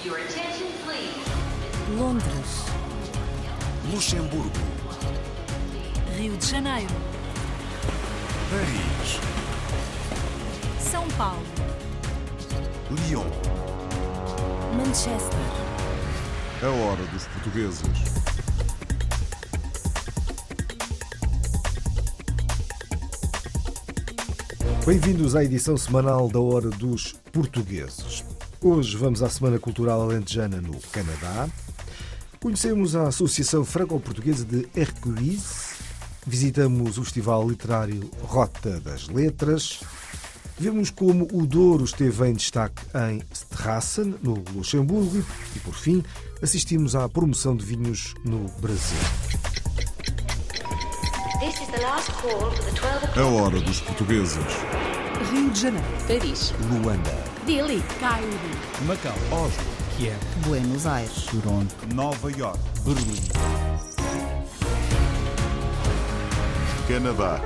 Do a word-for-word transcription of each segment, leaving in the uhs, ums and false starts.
Londres, Luxemburgo, Rio de Janeiro, Paris, São Paulo, Lyon. Manchester. A hora dos portugueses. Bem-vindos à edição semanal da Hora dos Portugueses. Hoje vamos à Semana Cultural Alentejana no Canadá. Conhecemos a Associação Franco-Portuguesa de Hercules. Visitamos o Festival Literário Rota das Letras. Vemos como o Douro esteve em destaque em Strassen, no Luxemburgo. E, por fim, assistimos à promoção de vinhos no Brasil. A hora dos portugueses. Rio de Janeiro, Paris, Luanda, Delhi, Cairo, Macau, Oslo, Kiev, Buenos Aires, Toronto, Nova York. Berlim. Canadá.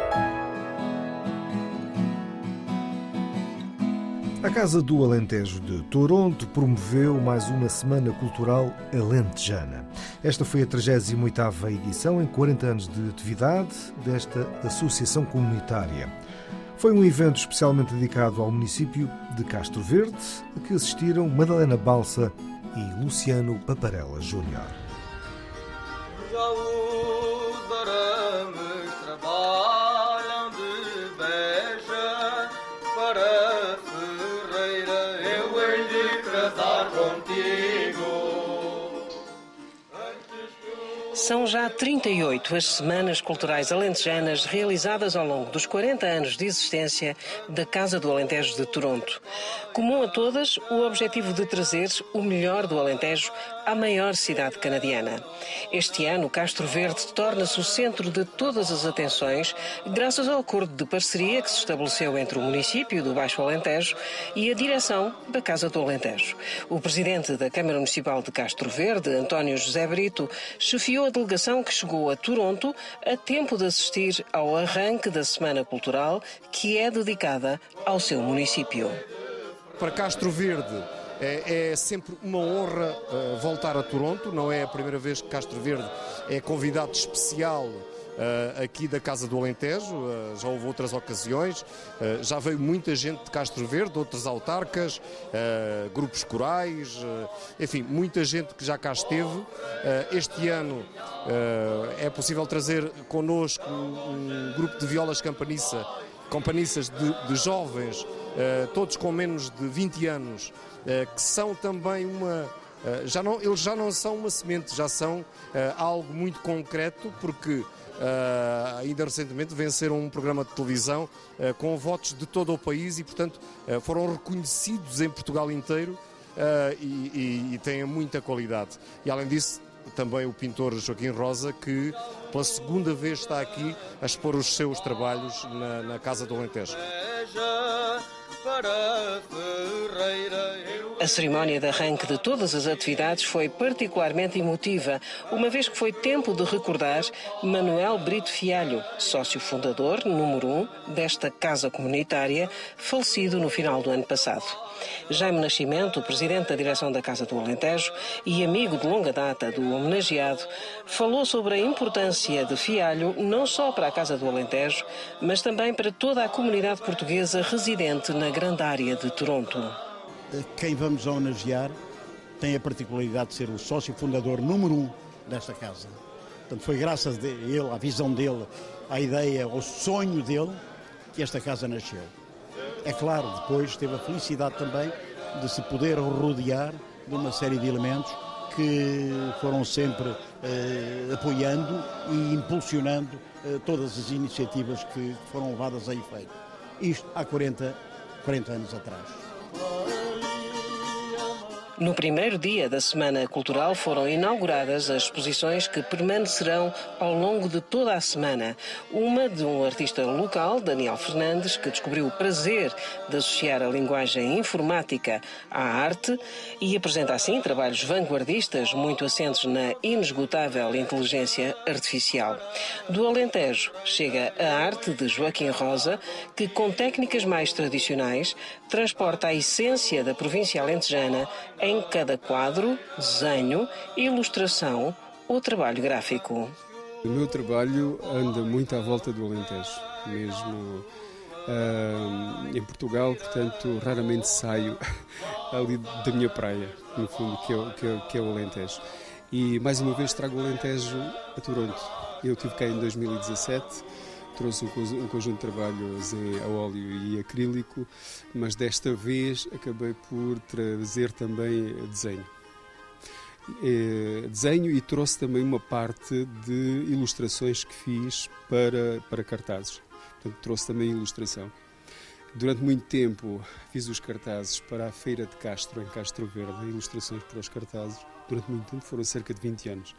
A Casa do Alentejo de Toronto promoveu mais uma Semana Cultural Alentejana. Esta foi a trigésima oitava edição, em quarenta anos de atividade desta associação comunitária. Foi um evento especialmente dedicado ao município de Castro Verde, a que assistiram Madalena Balsa e Luciano Paparella Júnior. Já os arames trabalham de beija, para Ferreira eu hei de casar contigo. São já trinta e oito as Semanas Culturais Alentejanas realizadas ao longo dos quarenta anos de existência da Casa do Alentejo de Toronto. Comum a todas, o objetivo de trazer o melhor do Alentejo à maior cidade canadiana. Este ano, Castro Verde torna-se o centro de todas as atenções, graças ao acordo de parceria que se estabeleceu entre o município do Baixo Alentejo e a direção da Casa do Alentejo. O presidente da Câmara Municipal de Castro Verde, António José Brito, chefiou a delegação que chegou a Toronto a tempo de assistir ao arranque da Semana Cultural, que é dedicada ao seu município. Para Castro Verde é, é sempre uma honra uh, voltar a Toronto. Não é a primeira vez que Castro Verde é convidado especial uh, aqui da Casa do Alentejo. Uh, já houve outras ocasiões, uh, já veio muita gente de Castro Verde, outras autarcas, uh, grupos corais, uh, enfim, muita gente que já cá esteve. Uh, este ano uh, é possível trazer connosco um, um grupo de violas campaniça, campaniças de, de jovens, uh, todos com menos de vinte anos, uh, que são também uma... Uh, já não, eles já não são uma semente, já são uh, algo muito concreto, porque uh, ainda recentemente venceram um programa de televisão uh, com votos de todo o país e, portanto, uh, foram reconhecidos em Portugal inteiro uh, e, e, e têm muita qualidade. E, além disso, também o pintor Joaquim Rosa, que pela segunda vez está aqui a expor os seus trabalhos na, na Casa do Alentejo. A cerimónia de arranque de todas as atividades foi particularmente emotiva, uma vez que foi tempo de recordar Manuel Brito Fialho, sócio fundador, número um, desta casa comunitária, falecido no final do ano passado. Jaime Nascimento, o presidente da direção da Casa do Alentejo e amigo de longa data do homenageado, falou sobre a importância de Fialho não só para a Casa do Alentejo, mas também para toda a comunidade portuguesa residente na grande área de Toronto. Quem vamos homenagear tem a particularidade de ser o sócio fundador número um desta casa. Portanto, foi graças a ele, à visão dele, à ideia, ao sonho dele, que esta casa nasceu. É claro, depois teve a felicidade também de se poder rodear de uma série de elementos que foram sempre eh, apoiando e impulsionando eh, todas as iniciativas que foram levadas a efeito. Isto há quarenta, quarenta anos atrás. No primeiro dia da Semana Cultural foram inauguradas as exposições que permanecerão ao longo de toda a semana. Uma de um artista local, Daniel Fernandes, que descobriu o prazer de associar a linguagem informática à arte e apresenta assim trabalhos vanguardistas muito assentes na inesgotável inteligência artificial. Do Alentejo chega a arte de Joaquim Rosa, que com técnicas mais tradicionais transporta a essência da província alentejana em em cada quadro, desenho, ilustração ou trabalho gráfico. O meu trabalho anda muito à volta do Alentejo, mesmo uh, em Portugal, portanto raramente saio ali da minha praia, no fundo, que é, que, é, que é o Alentejo. E mais uma vez trago o Alentejo a Toronto. Eu estive cá em dois mil e dezassete, trouxe um, um conjunto de trabalhos em, a óleo e acrílico, mas desta vez acabei por trazer também desenho. É, desenho e trouxe também uma parte de ilustrações que fiz para, para cartazes. Portanto, trouxe também ilustração. Durante muito tempo fiz os cartazes para a Feira de Castro, em Castro Verde, ilustrações para os cartazes. Durante muito tempo, foram cerca de vinte anos.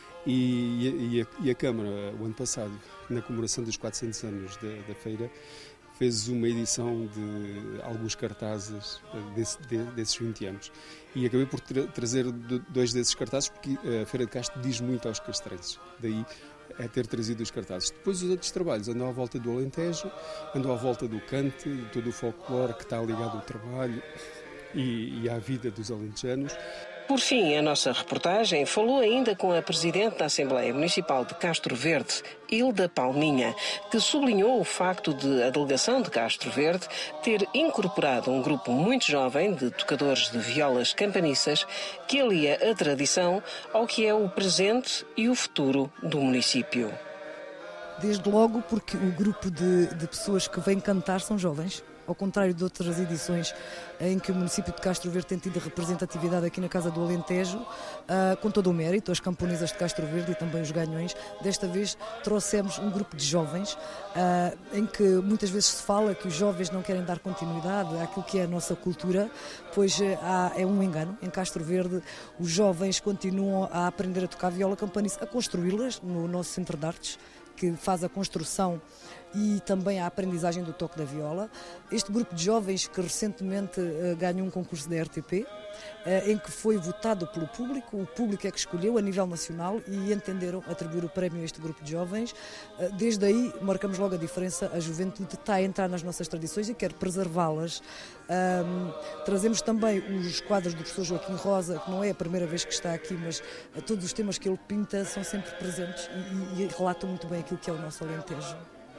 E, e, a, e a Câmara, o ano passado, na comemoração dos quatrocentos anos da, da feira, fez uma edição de alguns cartazes desse, de, desses vinte anos. E acabei por tra trazer dois desses cartazes, porque a Feira de Castro diz muito aos castrenses. Daí é ter trazido os cartazes. Depois os outros trabalhos andam à volta do Alentejo, andam à volta do cante, de todo o folclore que está ligado ao trabalho e, e à vida dos alentejanos. Por fim, a nossa reportagem falou ainda com a Presidente da Assembleia Municipal de Castro Verde, Hilda Palminha, que sublinhou o facto de a Delegação de Castro Verde ter incorporado um grupo muito jovem de tocadores de violas campaniças que alia a tradição ao que é o presente e o futuro do município. Desde logo porque o grupo de, de pessoas que vêm cantar são jovens. Ao contrário de outras edições em que o município de Castro Verde tem tido representatividade aqui na Casa do Alentejo, uh, com todo o mérito, as camponesas de Castro Verde e também os ganhões, desta vez trouxemos um grupo de jovens, uh, em que muitas vezes se fala que os jovens não querem dar continuidade àquilo que é a nossa cultura, pois uh, há, é um engano. Em Castro Verde os jovens continuam a aprender a tocar viola campaniça, a construí-las no nosso Centro de Artes, que faz a construção e também a aprendizagem do toque da viola. Este grupo de jovens que recentemente uh, ganhou um concurso da R T P, uh, em que foi votado pelo público, o público é que escolheu a nível nacional e entenderam atribuir o prémio a este grupo de jovens. Uh, desde aí marcamos logo a diferença, a juventude está a entrar nas nossas tradições e quer preservá-las. Um, trazemos também os quadros do professor Joaquim Rosa, que não é a primeira vez que está aqui, mas uh, todos os temas que ele pinta são sempre presentes e, e relatam muito bem aquilo que é o nosso Alentejo.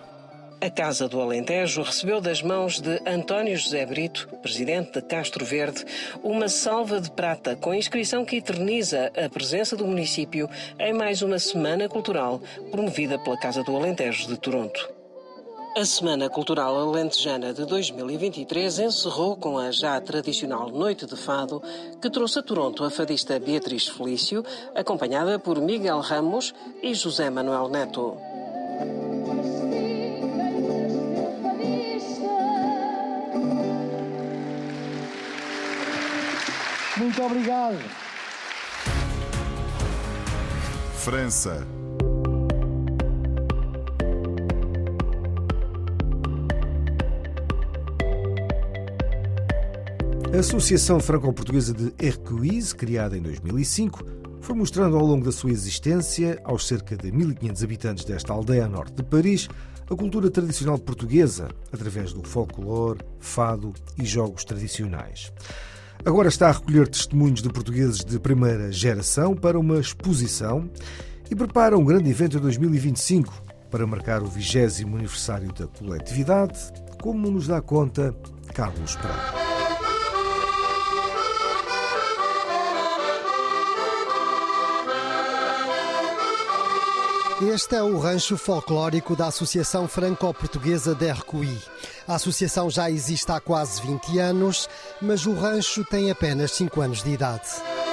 A Casa do Alentejo recebeu das mãos de António José Brito, presidente de Castro Verde, uma salva de prata com inscrição que eterniza a presença do município em mais uma Semana Cultural promovida pela Casa do Alentejo de Toronto. A Semana Cultural Alentejana de dois mil e vinte e três encerrou com a já tradicional Noite de Fado, que trouxe a Toronto a fadista Beatriz Felício, acompanhada por Miguel Ramos e José Manuel Neto. Muito obrigado. França. A Associação Franco-Portuguesa de Ercuise, criada em dois mil e cinco, foi mostrando ao longo da sua existência, aos cerca de mil e quinhentos habitantes desta aldeia a norte de Paris, a cultura tradicional portuguesa, através do folclore, fado e jogos tradicionais. Agora está a recolher testemunhos de portugueses de primeira geração para uma exposição e prepara um grande evento em dois mil e vinte e cinco para marcar o vigésimo aniversário da coletividade, como nos dá conta Carlos Pereira. Este é o rancho folclórico da Associação Franco-Portuguesa de Ercuí. A associação já existe há quase vinte anos, mas o rancho tem apenas cinco anos de idade.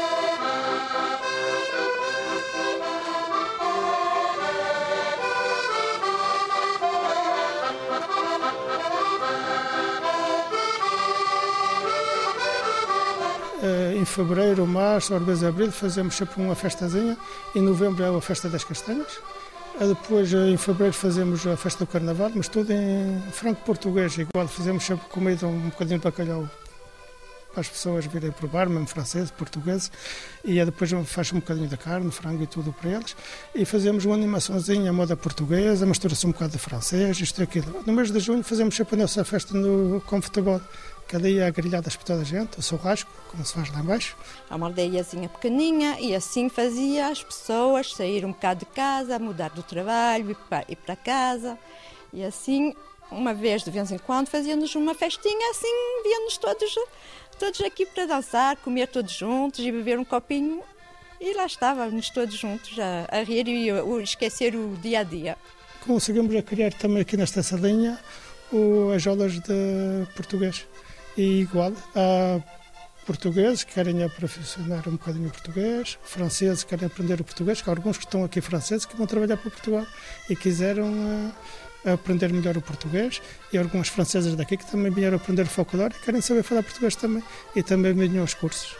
Em fevereiro, março, às vezes abril, fazemos sempre uma festazinha. Em novembro é a festa das castanhas. Depois, em fevereiro, fazemos a festa do carnaval, mas tudo em franco-português. Igual fazemos sempre comida, um bocadinho de bacalhau para as pessoas virem provar, mesmo franceses, portugueses, e depois faz um bocadinho da carne, frango e tudo para eles, e fazemos uma animaçãozinha à moda portuguesa, mistura-se um bocado de francês, isto e aquilo. No mês de junho fazemos sempre a nossa festa no, com futebol, cada dia há grelhadas para toda a gente, o churrasco, como se faz lá embaixo. É uma aldeiazinha pequeninha e assim fazia as pessoas sair um bocado de casa, mudar do trabalho, ir para, ir para casa. E assim, uma vez de vez em quando, fazíamos uma festinha, assim, víamos todos, todos aqui para dançar, comer todos juntos e beber um copinho. E lá estávamos todos juntos a, a rir e a, a esquecer o dia a dia. Conseguimos a criar também aqui nesta salinha o, as aulas de português. E igual, há portugueses que querem aperfeiçoar um bocadinho o português, franceses que querem aprender o português, que há alguns que estão aqui franceses que vão trabalhar para Portugal e quiseram uh, aprender melhor o português, e algumas francesas daqui que também vieram aprender o folclore e querem saber falar português também, e também vinham aos cursos.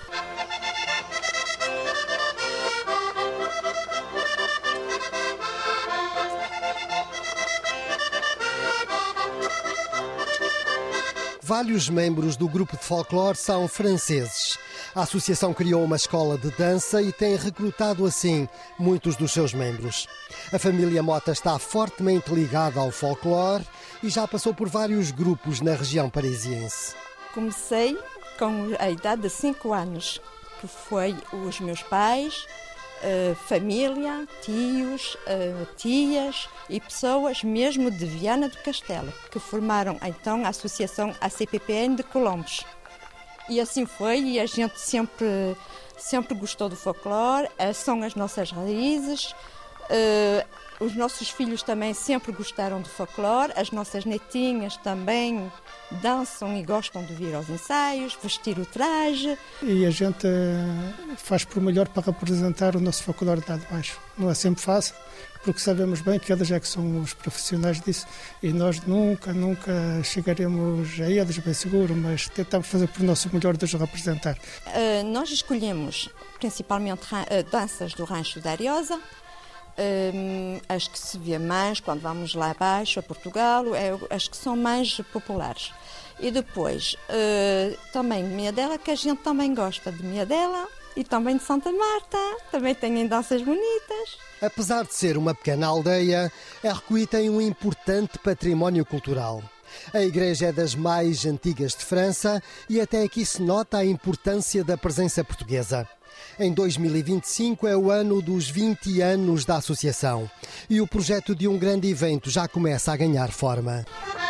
Vários membros do grupo de folclore são franceses. A associação criou uma escola de dança e tem recrutado assim muitos dos seus membros. A família Mota está fortemente ligada ao folclore e já passou por vários grupos na região parisiense. Comecei com a idade de cinco anos, que foi os meus pais, Uh, família, tios, uh, tias e pessoas mesmo de Viana do Castelo, que formaram então a associação A C P P N de Colombos. E assim foi, e a gente sempre, sempre gostou do folclore, uh, são as nossas raízes. Uh, os nossos filhos também sempre gostaram do folclore, as nossas netinhas também dançam e gostam de vir aos ensaios, vestir o traje. E a gente faz por melhor para representar o nosso folclore de lá de baixo. Não é sempre fácil, porque sabemos bem que eles é que são os profissionais disso e nós nunca, nunca chegaremos a eles, bem seguro, mas tentamos fazer por nosso melhor de os representar. Uh, nós escolhemos principalmente uh, danças do Rancho da Ariosa, Um, as que se vê mais quando vamos lá abaixo, a Portugal, é, as que são mais populares. E depois, uh, também de Miadela, que a gente também gosta de Miadela, e também de Santa Marta, também têm danças bonitas. Apesar de ser uma pequena aldeia, Ercuí tem um importante património cultural. A igreja é das mais antigas de França e até aqui se nota a importância da presença portuguesa. Em dois mil e vinte e cinco é o ano dos vinte anos da associação e o projeto de um grande evento já começa a ganhar forma.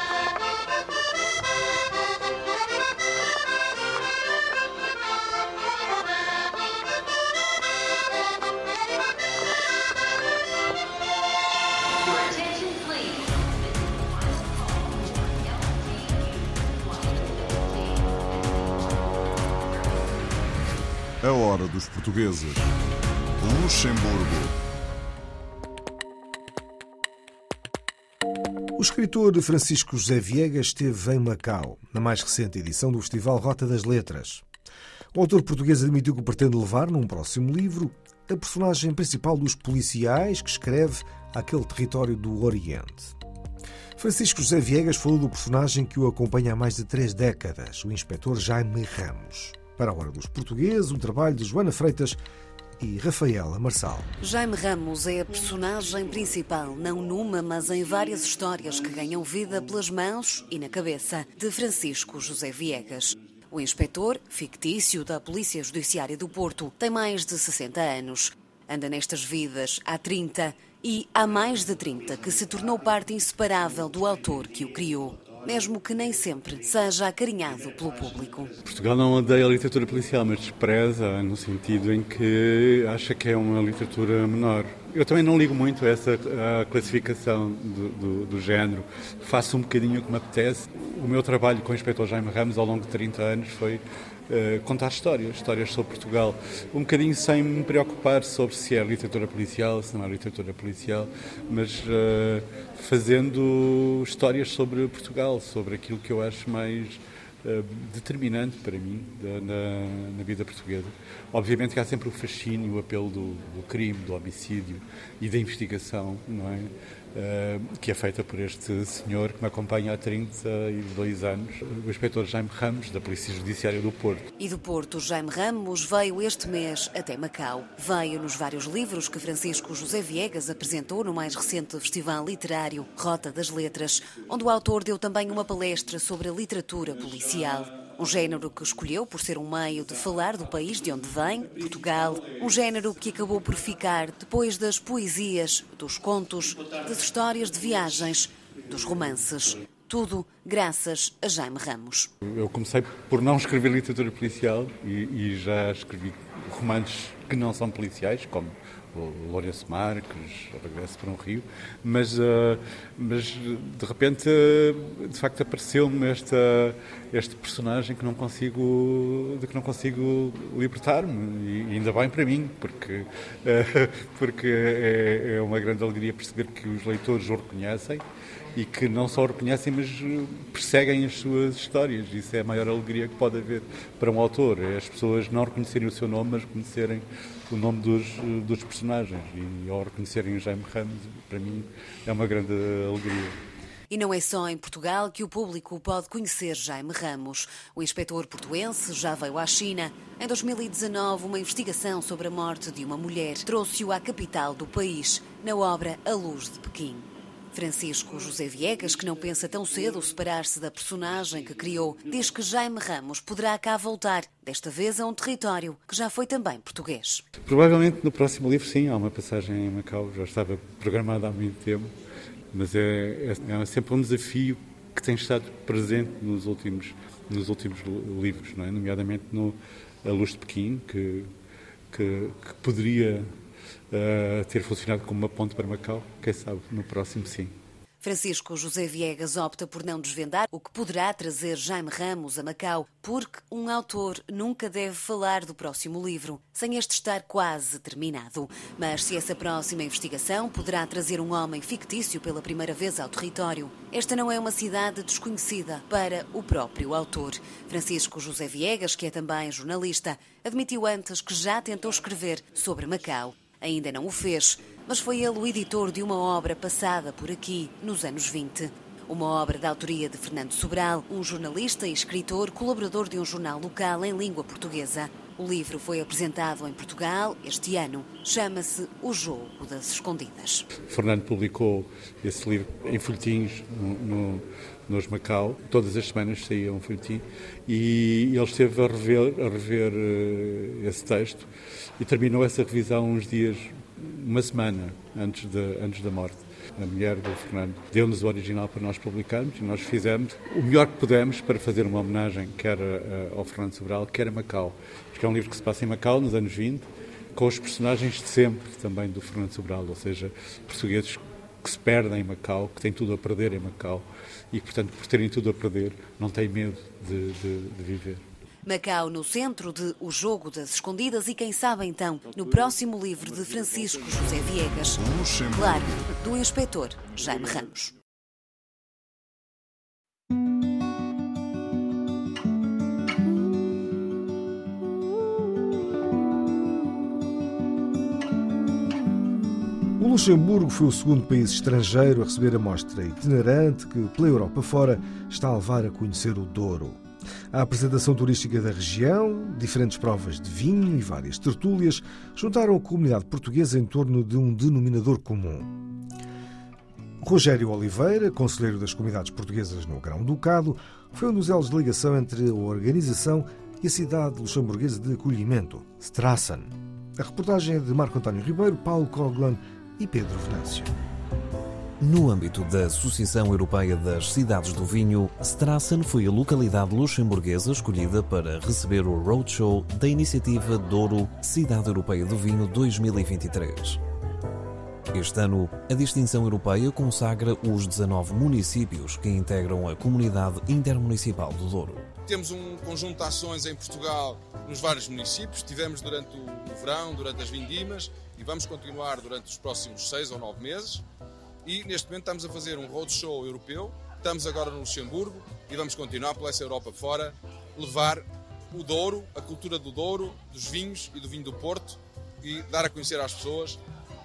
A hora dos portugueses. Luxemburgo. O escritor Francisco José Viegas esteve em Macau, na mais recente edição do Festival Rota das Letras. O autor português admitiu que pretende levar, num próximo livro, a personagem principal dos policiais que escreve aquele território do Oriente. Francisco José Viegas falou do personagem que o acompanha há mais de três décadas, o inspetor Jaime Ramos. Para a Hora dos Portugueses, um trabalho de Joana Freitas e Rafaela Marçal. Jaime Ramos é a personagem principal, não numa, mas em várias histórias que ganham vida pelas mãos e na cabeça de Francisco José Viegas. O inspetor, fictício da Polícia Judiciária do Porto, tem mais de sessenta anos. Anda nestas vidas há trinta e há mais de trinta que se tornou parte inseparável do autor que o criou, mesmo que nem sempre seja acarinhado pelo público. Portugal não odeia a literatura policial, mas despreza no sentido em que acha que é uma literatura menor. Eu também não ligo muito a essa a classificação do, do, do género. Faço um bocadinho o que me apetece. O meu trabalho com o inspetor Jaime Ramos ao longo de trinta anos foi uh, contar histórias, histórias sobre Portugal. Um bocadinho sem me preocupar sobre se é literatura policial, se não é literatura policial, mas uh, fazendo histórias sobre Portugal, sobre aquilo que eu acho mais uh, determinante para mim da, na, na vida portuguesa. Obviamente que há sempre o fascínio, o apelo do, do crime, do homicídio e da investigação, não é? que é feita por este senhor que me acompanha há trinta e dois anos, o inspetor Jaime Ramos, da Polícia Judiciária do Porto. E do Porto, Jaime Ramos veio este mês até Macau. Veio nos vários livros que Francisco José Viegas apresentou no mais recente festival literário Rota das Letras, onde o autor deu também uma palestra sobre a literatura policial. Um género que escolheu por ser um meio de falar do país de onde vem, Portugal. Um género que acabou por ficar depois das poesias, dos contos, das histórias de viagens, dos romances. Tudo graças a Jaime Ramos. Eu comecei por não escrever literatura policial e, e já escrevi romances que não são policiais, como o Lourenço Marques, o Regresso para um Rio, mas, uh, mas de repente, uh, de facto, apareceu-me esta, este personagem que não consigo, de que não consigo libertar-me, e ainda bem para mim, porque, uh, porque é, é uma grande alegria perceber que os leitores o reconhecem e que não só o reconhecem, mas perseguem as suas histórias. Isso é a maior alegria que pode haver para um autor, é as pessoas não reconhecerem o seu nome, mas reconhecerem o nome dos, dos personagens. E ao reconhecerem o Jaime Ramos, para mim, é uma grande alegria. E não é só em Portugal que o público pode conhecer Jaime Ramos. O inspetor portuense já veio à China. Em dois mil e dezanove, uma investigação sobre a morte de uma mulher trouxe-o à capital do país, na obra A Luz de Pequim. Francisco José Viegas, que não pensa tão cedo separar-se da personagem que criou, diz que Jaime Ramos poderá cá voltar, desta vez a um território que já foi também português. Provavelmente no próximo livro, sim, há uma passagem em Macau, já estava programada há muito tempo, mas é, é, é sempre um desafio que tem estado presente nos últimos, nos últimos livros, não é? Nomeadamente no A Luz de Pequim, que, que, que poderia Uh, ter funcionado como uma ponte para Macau, quem sabe, no próximo sim. Francisco José Viegas opta por não desvendar o que poderá trazer Jaime Ramos a Macau, porque um autor nunca deve falar do próximo livro, sem este estar quase terminado. Mas se essa próxima investigação poderá trazer um homem fictício pela primeira vez ao território, esta não é uma cidade desconhecida para o próprio autor. Francisco José Viegas, que é também jornalista, admitiu antes que já tentou escrever sobre Macau. Ainda não o fez, mas foi ele o editor de uma obra passada por aqui nos anos vinte. Uma obra da autoria de Fernando Sobral, um jornalista e escritor, colaborador de um jornal local em língua portuguesa. O livro foi apresentado em Portugal este ano. Chama-se O Jogo das Escondidas. Fernando publicou esse livro em folhetins no, no, nos Macau. Todas as semanas saía um folhetim e ele esteve a rever, a rever uh, esse texto e terminou essa revisão uns dias, uma semana antes, de, antes da morte. A mulher do Fernando deu-nos o original para nós publicarmos e nós fizemos o melhor que pudemos para fazer uma homenagem quer ao Fernando Sobral, quer a Macau. Porque é um livro que se passa em Macau, nos anos vinte, com os personagens de sempre também do Fernando Sobral, ou seja, portugueses que se perdem em Macau, que têm tudo a perder em Macau e, portanto, por terem tudo a perder, não têm medo de, de, de viver. Macau no centro de O Jogo das Escondidas e, quem sabe então, no próximo livro de Francisco José Viegas, claro, do inspetor Jaime Ramos. O Luxemburgo foi o segundo país estrangeiro a receber a mostra itinerante que, pela Europa fora, está a levar a conhecer o Douro. A apresentação turística da região, diferentes provas de vinho e várias tertúlias juntaram a comunidade portuguesa em torno de um denominador comum. Rogério Oliveira, conselheiro das comunidades portuguesas no Grão-Ducado, foi um dos elos de ligação entre a organização e a cidade luxemburguesa de acolhimento, Strassen. A reportagem é de Marco António Ribeiro, Paulo Coglan e Pedro Venâncio. No âmbito da Associação Europeia das Cidades do Vinho, Strassen foi a localidade luxemburguesa escolhida para receber o roadshow da iniciativa Douro Cidade Europeia do Vinho dois mil e vinte e três. Este ano, a distinção europeia consagra os dezanove municípios que integram a Comunidade Intermunicipal do Douro. Temos um conjunto de ações em Portugal nos vários municípios. Tivemos durante o verão, durante as vindimas e vamos continuar durante os próximos seis ou nove meses. E neste momento estamos a fazer um roadshow europeu, estamos agora no Luxemburgo e vamos continuar pela essa Europa fora, levar o Douro, a cultura do Douro, dos vinhos e do vinho do Porto e dar a conhecer às pessoas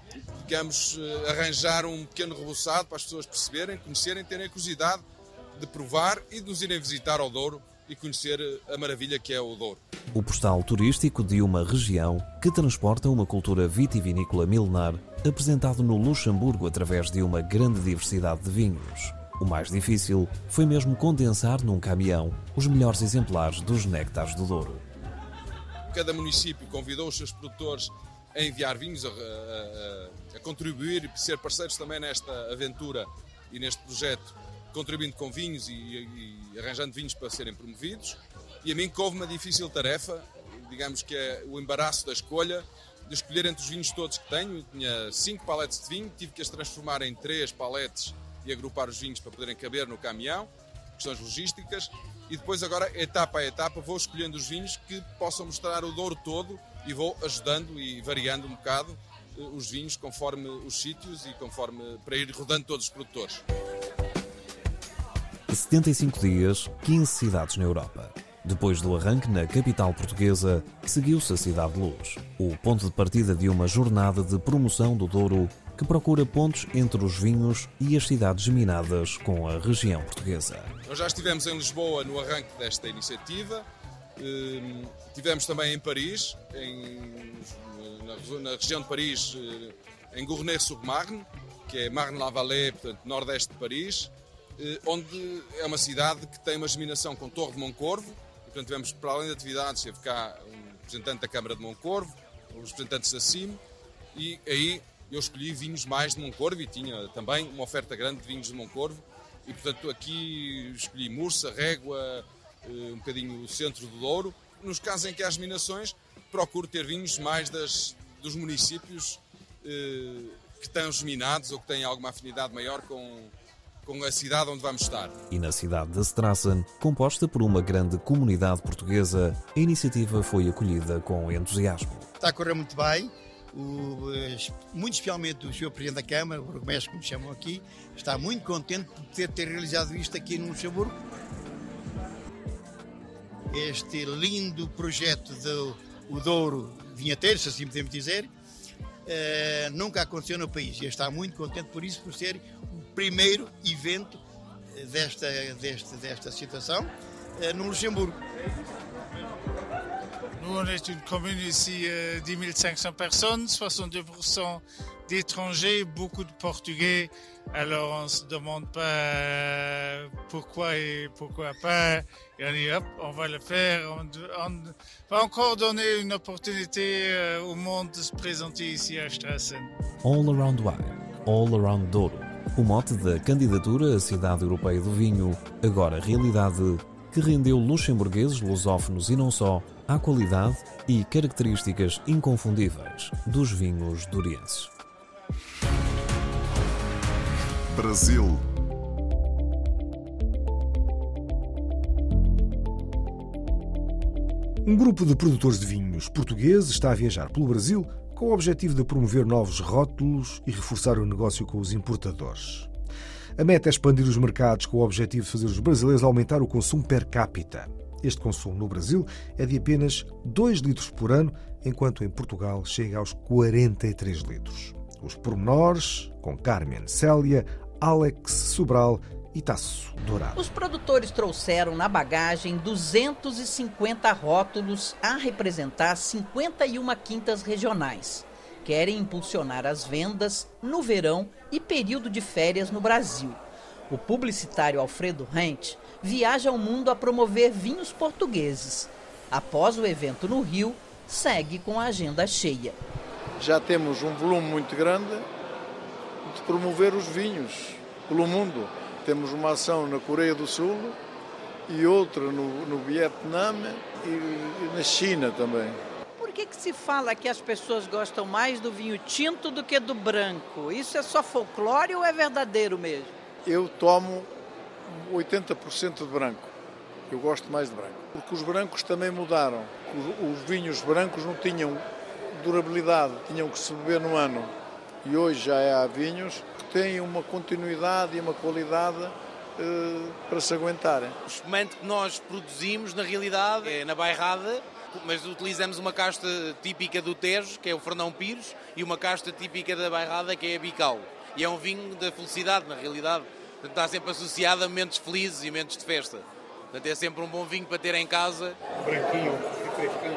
digamos, arranjar um pequeno rebuçado para as pessoas perceberem, conhecerem, terem a curiosidade de provar e de nos irem visitar ao Douro e conhecer a maravilha que é o Douro. O postal turístico de uma região que transporta uma cultura vitivinícola milenar, apresentado no Luxemburgo através de uma grande diversidade de vinhos. O mais difícil foi mesmo condensar num caminhão os melhores exemplares dos néctares do Douro. Cada município convidou os seus produtores a enviar vinhos, a, a, a contribuir e ser parceiros também nesta aventura e neste projeto, contribuindo com vinhos e, e arranjando vinhos para serem promovidos. E a mim coube uma difícil tarefa, digamos que é o embaraço da escolha, de escolher entre os vinhos todos que tenho. Eu tinha cinco paletes de vinho, tive que as transformar em três paletes e agrupar os vinhos para poderem caber no caminhão, questões logísticas, e depois agora, etapa a etapa, vou escolhendo os vinhos que possam mostrar o Douro todo e vou ajudando e variando um bocado os vinhos conforme os sítios e conforme para ir rodando todos os produtores. setenta e cinco dias, quinze cidades na Europa. Depois do arranque na capital portuguesa, seguiu-se a Cidade de Luz, o ponto de partida de uma jornada de promoção do Douro que procura pontos entre os vinhos e as cidades geminadas com a região portuguesa. Nós já estivemos em Lisboa no arranque desta iniciativa, estivemos também em Paris, em, na, na região de Paris, em Gournay-sur-Marne, que é Marne-la-Vallée, portanto, nordeste de Paris, onde é uma cidade que tem uma geminação com Torre de Moncorvo. Portanto, tivemos, para além de atividades, teve cá um representante da Câmara de Moncorvo, os representantes da C I M, e aí eu escolhi vinhos mais de Moncorvo e tinha também uma oferta grande de vinhos de Moncorvo. E, portanto, aqui escolhi Mursa, Régua, um bocadinho o centro do Douro. Nos casos em que há geminações, procuro ter vinhos mais das, dos municípios eh, que estão geminados ou que têm alguma afinidade maior com... com a cidade onde vamos estar. E na cidade de Strassen, composta por uma grande comunidade portuguesa, a iniciativa foi acolhida com entusiasmo. Está a correr muito bem, o, muito especialmente o senhor Presidente da Câmara, o burgomestre, como chamam aqui, está muito contente por ter, ter realizado isto aqui no Luxemburgo. Este lindo projeto do o Douro Vinhateiro, se assim podemos dizer, Uh, nunca aconteceu no país e está muito contente por isso, por ser o primeiro evento desta, desta, desta situação uh, no Luxemburgo. Nous, on est une commune ici, euh, dix mille cinq cents personnes, soixante-deux pour cent d'étrangers, beaucoup de Portugais. Alors on se demande pas euh, pourquoi et pourquoi pas. Et on dit hop, on va le faire. On, on va encore donner une opportunité euh, au monde de se présenter ici à Strassen. All Around Wine, All Around Douro. O mote da candidatura à Cidade Europeia do Vinho, agora realidade, que rendeu luxemburgueses, lusófonos e não só, à qualidade e características inconfundíveis dos vinhos dourienses. Brasil. Um grupo de produtores de vinhos portugueses está a viajar pelo Brasil com o objetivo de promover novos rótulos e reforçar o negócio com os importadores. A meta é expandir os mercados com o objetivo de fazer os brasileiros aumentar o consumo per capita. Este consumo no Brasil é de apenas dois litros por ano, enquanto em Portugal chega aos quarenta e três litros. Os pormenores com Carmen Célia, Alex Sobral e Tasso Dourado. Os produtores trouxeram na bagagem duzentos e cinquenta rótulos a representar cinquenta e uma quintas regionais. Querem impulsionar as vendas no verão e período de férias no Brasil. O publicitário Alfredo Rente viaja ao mundo a promover vinhos portugueses. Após o evento no Rio, segue com a agenda cheia. Já temos um volume muito grande de promover os vinhos pelo mundo. Temos uma ação na Coreia do Sul e outra no, no Vietnã e, e na China também. Por que que se fala que as pessoas gostam mais do vinho tinto do que do branco? Isso é só folclore ou é verdadeiro mesmo? Eu tomo oitenta por cento de branco. Eu gosto mais de branco. Porque os brancos também mudaram. Os, os vinhos brancos não tinham durabilidade, tinham que se beber no ano. E hoje já há vinhos que têm uma continuidade e uma qualidade uh, para se aguentarem. O espumante que nós produzimos, na realidade, é na bairrada mas utilizamos uma casta típica do Tejo, que é o Fernão Pires, e uma casta típica da Bairrada, que é a Bical. E é um vinho da felicidade, na realidade. Portanto, está sempre associado a momentos felizes e momentos de festa. Portanto, é sempre um bom vinho para ter em casa. Branquinho, refrescante.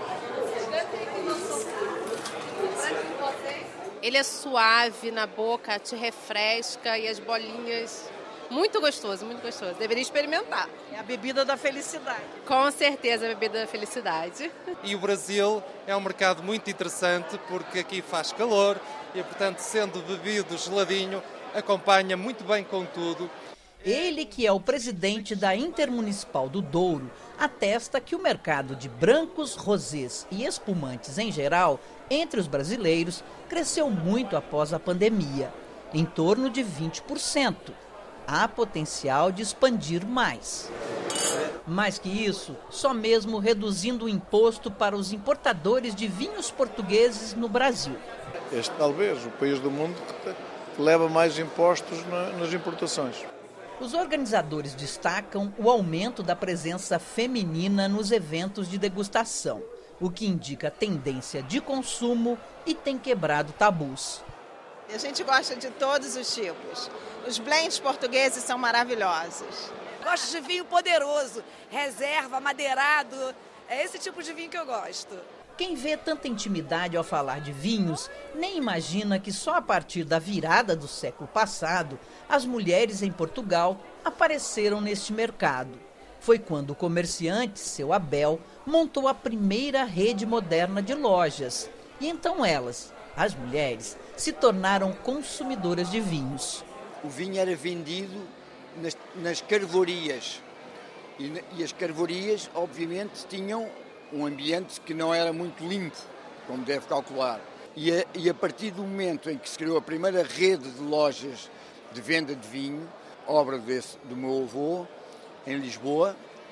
Ele é suave na boca, te refresca e as bolinhas... Muito gostoso, muito gostoso. Deveria experimentar. É a bebida da felicidade. Com certeza, a bebida da felicidade. E o Brasil é um mercado muito interessante porque aqui faz calor e, portanto, sendo bebido geladinho, acompanha muito bem com tudo. Ele, que é o presidente da Intermunicipal do Douro, atesta que o mercado de brancos, rosés e espumantes em geral, entre os brasileiros, cresceu muito após a pandemia, em torno de vinte por cento. Há potencial de expandir mais. Mais que isso, só mesmo reduzindo o imposto para os importadores de vinhos portugueses no Brasil. Este talvez o país do mundo que leva mais impostos nas importações. Os organizadores destacam o aumento da presença feminina nos eventos de degustação, o que indica tendência de consumo e tem quebrado tabus. A gente gosta de todos os tipos. Os blends portugueses são maravilhosos. Gosto de vinho poderoso, reserva, madeirado. É esse tipo de vinho que eu gosto. Quem vê tanta intimidade ao falar de vinhos, nem imagina que só a partir da virada do século passado, as mulheres em Portugal apareceram neste mercado. Foi quando o comerciante, seu Abel, montou a primeira rede moderna de lojas. E então elas, as mulheres, se tornaram consumidoras de vinhos. O vinho era vendido nas, nas carvorias e, e as carvorias, obviamente, tinham um ambiente que não era muito limpo, como deve calcular. E a, e a partir do momento em que se criou a primeira rede de lojas de venda de vinho, obra desse, do meu avô, em Lisboa,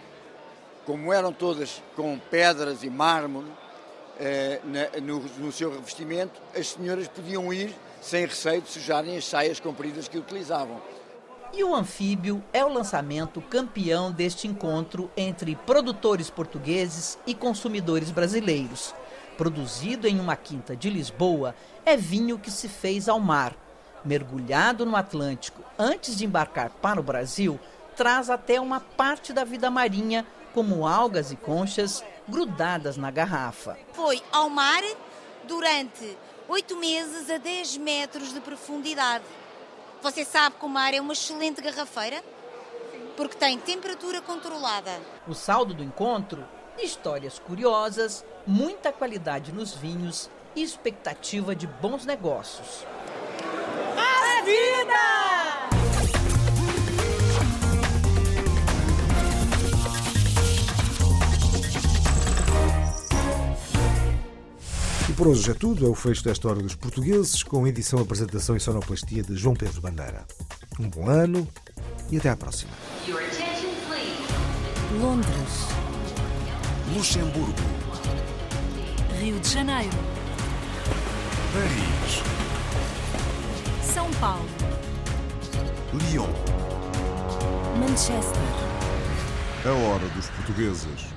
como eram todas com pedras e mármore eh, na, no, no seu revestimento, as senhoras podiam ir sem receio de sujarem as saias compridas que utilizavam. E o Anfíbio é o lançamento campeão deste encontro entre produtores portugueses e consumidores brasileiros. Produzido em uma quinta de Lisboa, é vinho que se fez ao mar. Mergulhado no Atlântico antes de embarcar para o Brasil, traz até uma parte da vida marinha, como algas e conchas grudadas na garrafa. Foi ao mar durante oito meses a dez metros de profundidade. Você sabe que o mar é uma excelente garrafeira? Porque tem temperatura controlada. O saldo do encontro? Histórias curiosas, muita qualidade nos vinhos e expectativa de bons negócios. A vida! E por hoje é tudo. É o fecho desta Hora dos Portugueses, com edição, apresentação e sonoplastia de João Pedro Bandeira. Um bom ano e até à próxima. Londres, Luxemburgo, Rio de Janeiro, Paris, São Paulo, Lyon. Manchester. A Hora dos Portugueses.